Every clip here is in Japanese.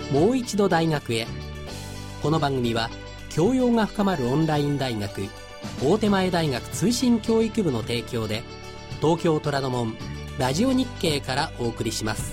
もう一度大学へ。この番組は教養が深まるオンライン大学大手前大学通信教育部の提供で東京虎ノ門ラジオ日経からお送りします。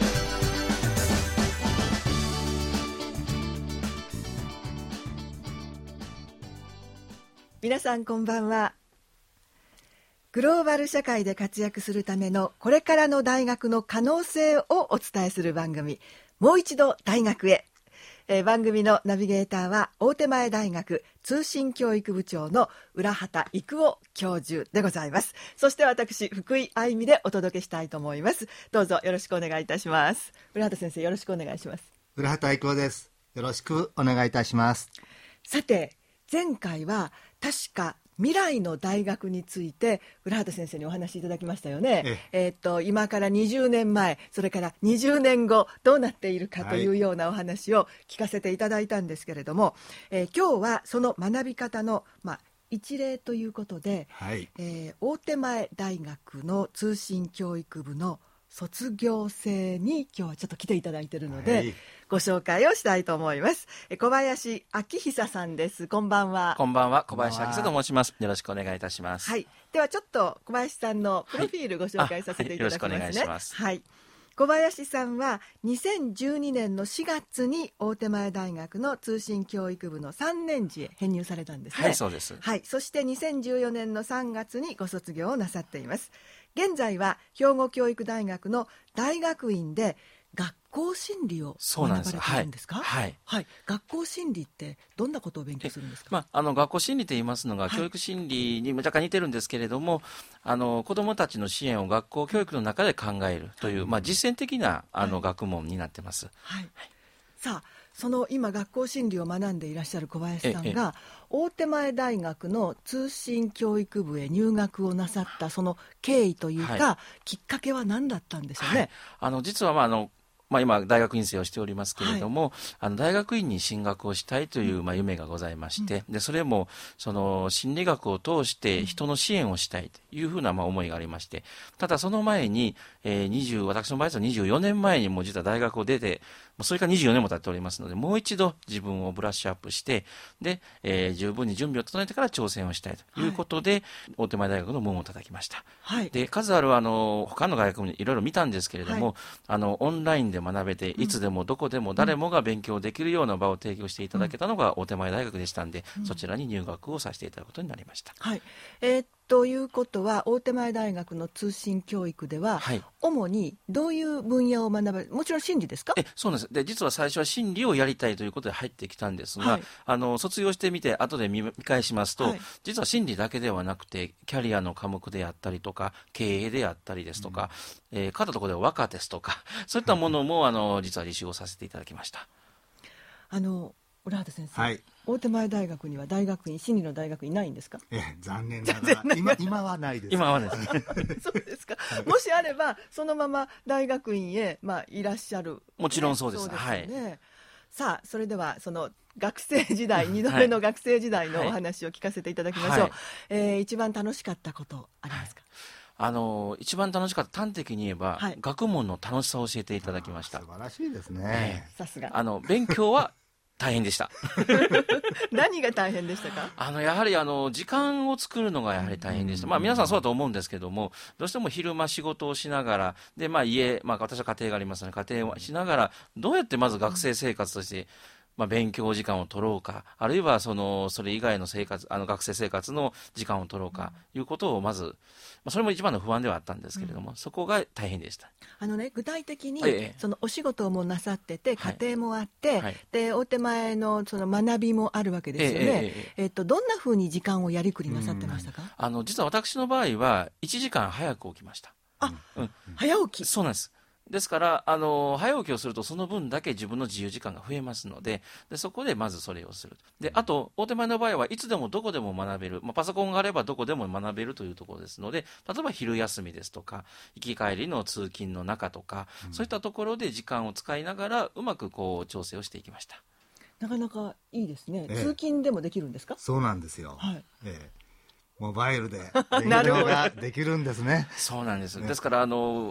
皆さんこんばんは。グローバル社会で活躍するためのこれからの大学の可能性をお伝えする番組、もう一度大学へ。番組のナビゲーターは大手前大学通信教育部長の浦畑育夫教授でございます。そして私福井愛美でお届けしたいと思います。どうぞよろしくお願いいたします。浦畑先生、よろしくお願いします。 浦畑育夫です。よろしくお願いいたします。 さて、前回は確か未来の大学について浦畑先生にお話しいただきましたよね。今から20年前、それから20年後どうなっているかというようなお話を聞かせていただいたんですけれども、今日はその学び方の、一例ということで、大手前大学の通信教育部の卒業生に今日はちょっと来ていただいているので、ご紹介をしたいと思います。小林明久さんです。こんばんは。 こんばんは、小林明久と申します。よろしくお願いいたします。 ではちょっと小林さんのプロフィールご紹介させていただきますね。 よろしくお願いします。 小林さんは2012年の4月に大手前大学の通信教育部の3年次へ編入されたんですね。 そうです。 そして2014年の3月にご卒業をなさっています。現在は兵庫教育大学の大学院で学校心理を学ばれているんですか？学校心理ってどんなことを勉強するんですか？ 学校心理と言いますのが、教育心理に若干似てるんですけれども、子どもたちの支援を学校教育の中で考えるという、実践的な学問になってます。 さあ、その今学校心理を学んでいらっしゃる小林さんが大手前大学の通信教育部へ入学をなさったその経緯というか、きっかけは何だったんでしょうね。 実は今大学院生をしておりますけれども、大学院に進学をしたいという夢がございまして、でそれもその心理学を通して人の支援をしたいというふうな思いがありまして、ただその前に、私の場合は24年前にもう実は大学を出て、それから24年も経っておりますので、もう一度自分をブラッシュアップして、で、十分に準備を整えてから挑戦をしたいということで、大手前大学の門を叩きました。で、数ある他の大学もいろいろ見たんですけれども、オンラインで学べて、いつでもどこでも誰もが勉強できるような場を提供していただけたのが大手前大学でしたんで、そちらに入学をさせていただくことになりました。 ということは大手前大学の通信教育では、主にどういう分野を学ぶ？もちろん心理ですか？ そうなんです。で、実は最初は心理をやりたいということで入ってきたんですが、卒業してみて後で見返しますと、実は心理だけではなくてキャリアの科目であったりとか経営であったりですとか、かたところでは和歌ですとか、そういったものも実は履修をさせていただきました。 浦畑先生、大手前大学には大学院、心理の大学院ないんですか？ 残念ながら今はないです。 今はですねそうですか。もしあればそのまま大学院へ、いらっしゃる。 もちろんそうです。 さあ、それではその学生時代、2度目の学生時代のお話を聞かせていただきましょう。一番楽しかったことありますか？ 一番楽しかった、端的に言えば、学問の楽しさを教えていただきました。 素晴らしいですね。 さすが。 勉強は大変でした何が大変でしたか？ やはり時間を作るのがやはり大変でした。皆さんそうだと思うんですけども、どうしても昼間仕事をしながらで、家、私は家庭がありますので家庭をしながら、どうやってまず学生生活として勉強時間を取ろうか、あるいはそれ以外の生活、学生生活の時間を取ろうかいうことをまず、それも一番の不安ではあったんですけれども、そこが大変でした。 具体的に、そのお仕事もなさってて、家庭もあって、で大手前のその学びもあるわけですよね。どんなふうに時間をやりくりなさってましたか？ 実は私の場合は1時間早く起きました。 早起き。 そうなんです。ですから早起きをするとその分だけ自分の自由時間が増えますので、そこでまずそれをする。で、あと大手前の場合はいつでもどこでも学べる、パソコンがあればどこでも学べるというところですので、例えば昼休みですとか行き帰りの通勤の中とか、そういったところで時間を使いながらうまく調整をしていきました。 なかなかいいですね。通勤でもできるんですか？ そうなんですよ。モバイルで勉強ができるんですね。 そうなんです。ですから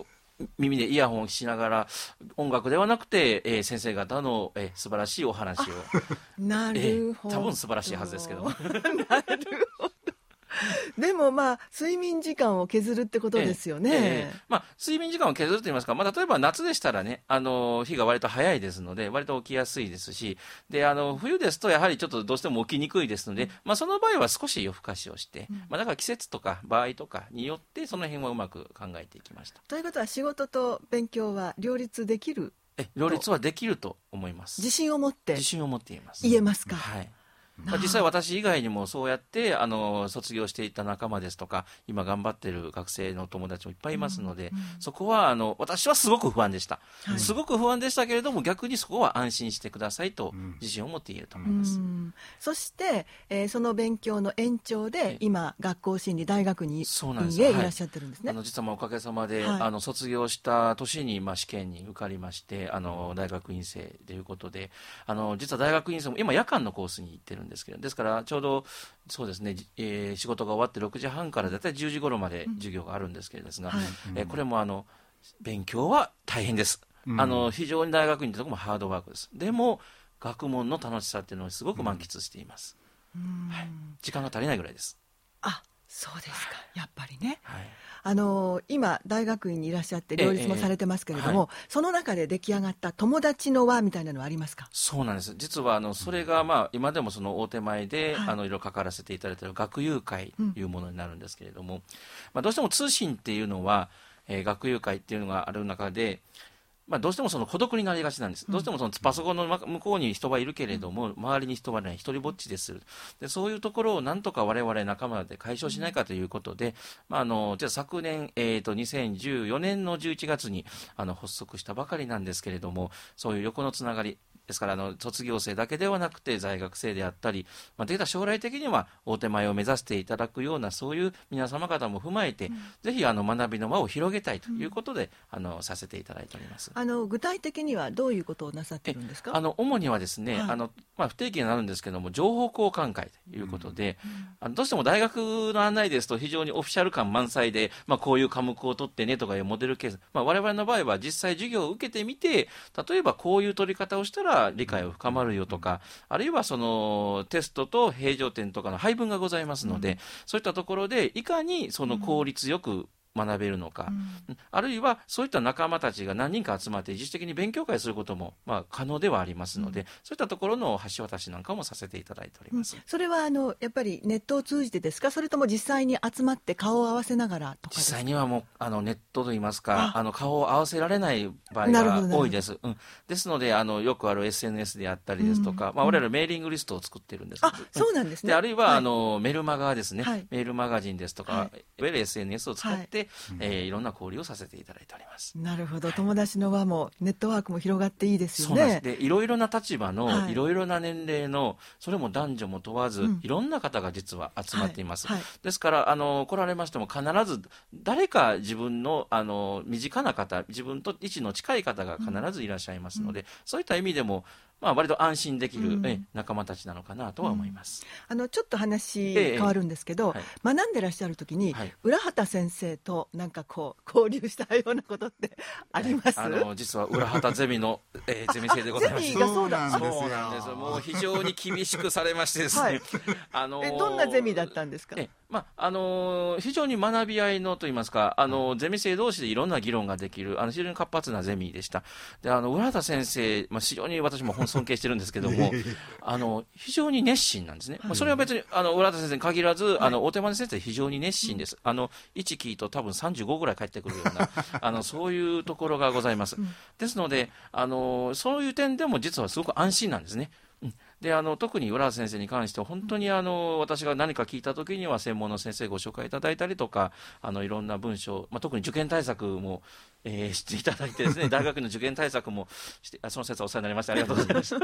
耳でイヤホンをしながら音楽ではなくて、先生方の、素晴らしいお話をなるほど、 多分素晴らしいはずですけどなるほど。でもまあ睡眠時間を削るってことですよね。 睡眠時間を削ると言いますか、例えば夏でしたらね、日が割と早いですので割と起きやすいですし、で冬ですとやはりちょっとどうしても起きにくいですので、その場合は少し夜更かしをして、だから季節とか場合とかによってその辺はうまく考えていきました。 ということは仕事と勉強は両立できる？ 両立はできると思います。 自信を持って言えます。 言えますか？ はい。実際私以外にもそうやって卒業していった仲間ですとか今頑張っている学生の友達もいっぱいいますので、そこは私はすごく不安でした、すごく不安でしたけれども、逆にそこは安心してくださいと自信を持って言えると思います。 そして、その勉強の延長で今学校心理大学にいらっしゃってるんですね。 実はおかげさまで、卒業した年に試験に受かりまして、大学院生ということで、実は大学院生も今夜間のコースに行ってるんですけど、ですからちょうどそうですね、仕事が終わって6時半からだいたい10時頃まで授業があるんですけれども、これも勉強は大変です、非常に大学院のところもハードワークです。でも学問の楽しさっていうのをすごく満喫しています、時間が足りないぐらいです。 そうですか、やっぱりね、今大学院にいらっしゃって両立もされてますけれども、その中で出来上がった友達の輪みたいなのはありますか？ そうなんです。実はそれが、今でもその大手前で、いろいろ関わらせていただいている学友会というものになるんですけれども、どうしても通信っていうのは、学友会っていうのがある中で、どうしてもその孤独になりがちなんです。どうしてもそのパソコンの向こうに人はいるけれども、周りに人はない、一人ぼっちでする。でそういうところをなんとか我々仲間で解消しないかということで、じゃあ昨年、2014年の11月に発足したばかりなんですけれども、そういう横のつながりですから、卒業生だけではなくて在学生であったり、できた将来的には大手前を目指していただくような、そういう皆様方も踏まえて、ぜひ学びの輪を広げたいということで、させていただいております。 具体的にはどういうことをなさっているんですか？ 主にはですね、不定期になるんですけども、情報交換会ということで、どうしても大学の案内ですと非常にオフィシャル感満載で、こういう科目を取ってねとかいうモデルケース、我々の場合は実際授業を受けてみて、例えばこういう取り方をしたら理解を深まるよとか、あるいはそのテストと平常点とかの配分がございますので、そういったところでいかにその効率よく学べるのか、あるいはそういった仲間たちが何人か集まって自主的に勉強会することも可能ではありますので、そういったところの橋渡しなんかもさせていただいております。 それはやっぱりネットを通じてですか？それとも実際に集まって顔を合わせながらとかですか？ 実際にはもうネットといいますか、顔を合わせられない場合が多いです。ですのでよくある SNS であったりですとか、我々メーリングリストを作っているんですけど、 そうなんですね。 であるいは、メルマガですね、メールマガジンですとか、いわゆる SNS を使って、いろんな交流をさせていただいております。 なるほど、友達の輪もネットワークも広がっていいですよね。 そうなんです。でいろいろな立場の、いろいろな年齢の、それも男女も問わず、いろんな方が実は集まっています。ですから来られましても必ず誰か自分の身近な方、自分と位置の近い方が必ずいらっしゃいますので、そういった意味でも割と安心できる、仲間たちなのかなとは思います。 ちょっと話変わるんですけど、学んでらっしゃる時に、浦畑先生となんかこう交流したようなことってあります？ 実は浦畑ゼミの、ゼミ生でございます。 ゼミがそうなんですよ。 そうなんです。もう非常に厳しくされましてですね、 どんなゼミだったんですか？ 非常に学び合いのといいますか、ゼミ生同士でいろんな議論ができる非常に活発なゼミでした。で浦畑先生、非常に私も尊敬してるんですけども非常に熱心なんですね。それは別に浦畑先生に限らず、大手前先生非常に熱心です。1聞いと多分35ぐらい返ってくるようなそういうところがございます。ですのでそういう点でも実はすごく安心なんですね。で特に浦畑先生に関しては本当に私が何か聞いた時には専門の先生ご紹介いただいたりとか、いろんな文章、特に受験対策も、していただいてですね大学の受験対策もしてその説はお世話になりましてありがとうございました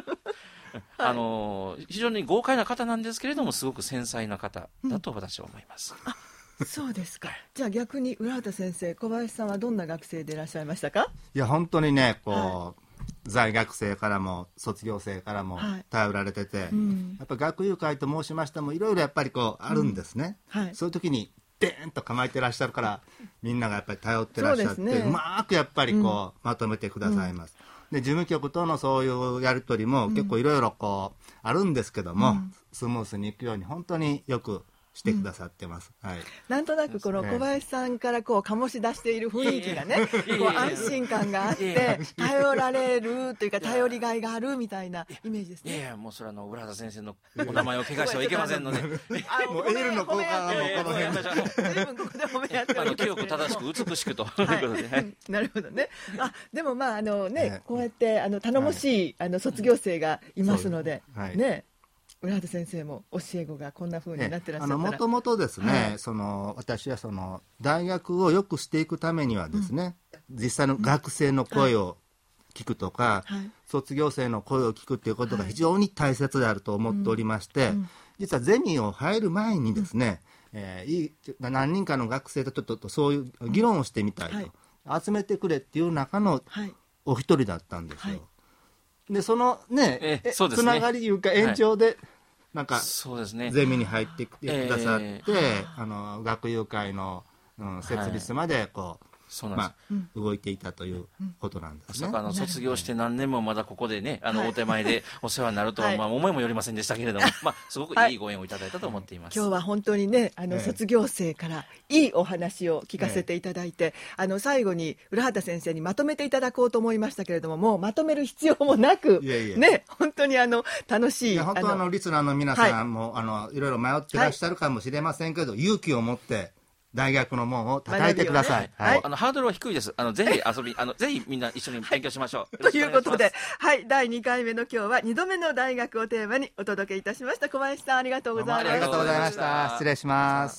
非常に豪快な方なんですけれども、すごく繊細な方だと私は思います。 そうですか。じゃあ逆に浦畑先生、小林さんはどんな学生でいらっしゃいましたか？ いや本当にね在学生からも卒業生からも頼られてて、やっぱ学友会と申しましてもいろいろやっぱりあるんですね。そういう時にデーンと構えてらっしゃるからみんながやっぱり頼ってらっしゃって、うまくやっぱりこう、まとめてくださいます。で事務局とのそういうやり取りも結構いろいろこうあるんですけども、スムースにいくように本当によくしてくださってます。はい、 なんとなくこの小林さんからこう醸し出している雰囲気がね、こう安心感があって頼られるというか頼りがいがあるみたいなイメージですね。 いやもうそれは浦畑先生のお名前を怪我してはいけませんのでもうエールの効果はこの辺随分ここで褒め合っております。 清く正しく美しくということで、はい、 なるほどね。でもまあこうやって頼もしい卒業生がいますので、ね、浦畑先生も教え子がこんな風になってらっしゃったら、 もともとですね、私は大学を良くしていくためにはですね、実際の学生の声を聞くとか、卒業生の声を聞くっていうことが非常に大切であると思っておりまして、実はゼミを入る前にですね、何人かの学生とちょっとそういう議論をしてみたいと、集めてくれっていう中のお一人だったんですよ。でそのね、つながりいうか延長で、なんかゼミに入ってきてくださって、学友会の、設立までこう、動いていたということなんですね。 まさか卒業して何年もまだここでね、大手前でお世話になるとは、思いもよりませんでしたけれども、すごくいいご縁をいただいたと思っています。 今日は本当にね、卒業生からいいお話を聞かせていただいて、最後に浦畑先生にまとめていただこうと思いましたけれども、もうまとめる必要もなく、ね、本当に楽しい。 本当リスナーの皆さんも、いろいろ迷ってらっしゃるかもしれませんけど、勇気を持って大学の門を叩いてください。 ハードルは低いです。ぜひぜひみんな一緒に勉強しましょう。 ということで、第2回目の今日は2度目の大学をテーマにお届けいたしました。小林さん、ありがとうございました。 ありがとうございました。失礼します。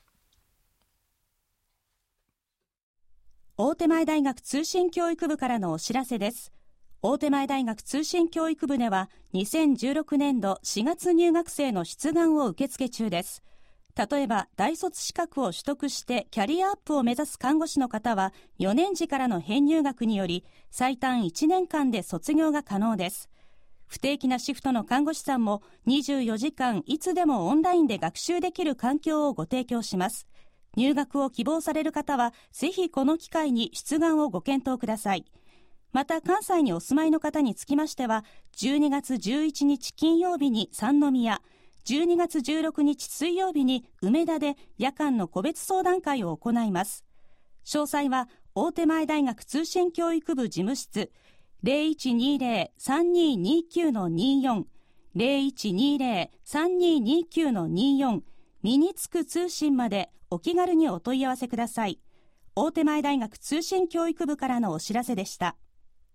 大手前大学通信教育部からのお知らせです。大手前大学通信教育部では2016年度4月入学生の出願を受付中です。例えば大卒資格を取得してキャリアアップを目指す看護師の方は4年次からの編入学により最短1年間で卒業が可能です。不定期なシフトの看護師さんも24時間いつでもオンラインで学習できる環境をご提供します。入学を希望される方はぜひこの機会に出願をご検討ください。また関西にお住まいの方につきましては12月11日金曜日に三宮、12月16日水曜日に梅田で夜間の個別相談会を行います。詳細は大手前大学通信教育部事務室 0120-3229-24 0120-3229-24 身につく通信までお気軽にお問い合わせください。大手前大学通信教育部からのお知らせでした。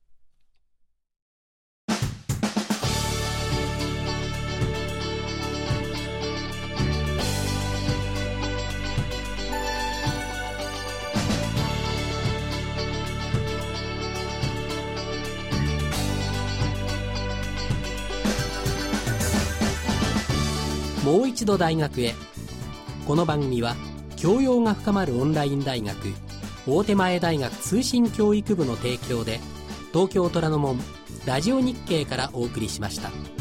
もう一度大学へ。この番組は教養が深まるオンライン大学大手前大学通信教育部の提供で東京虎ノ門ラジオ日経からお送りしました。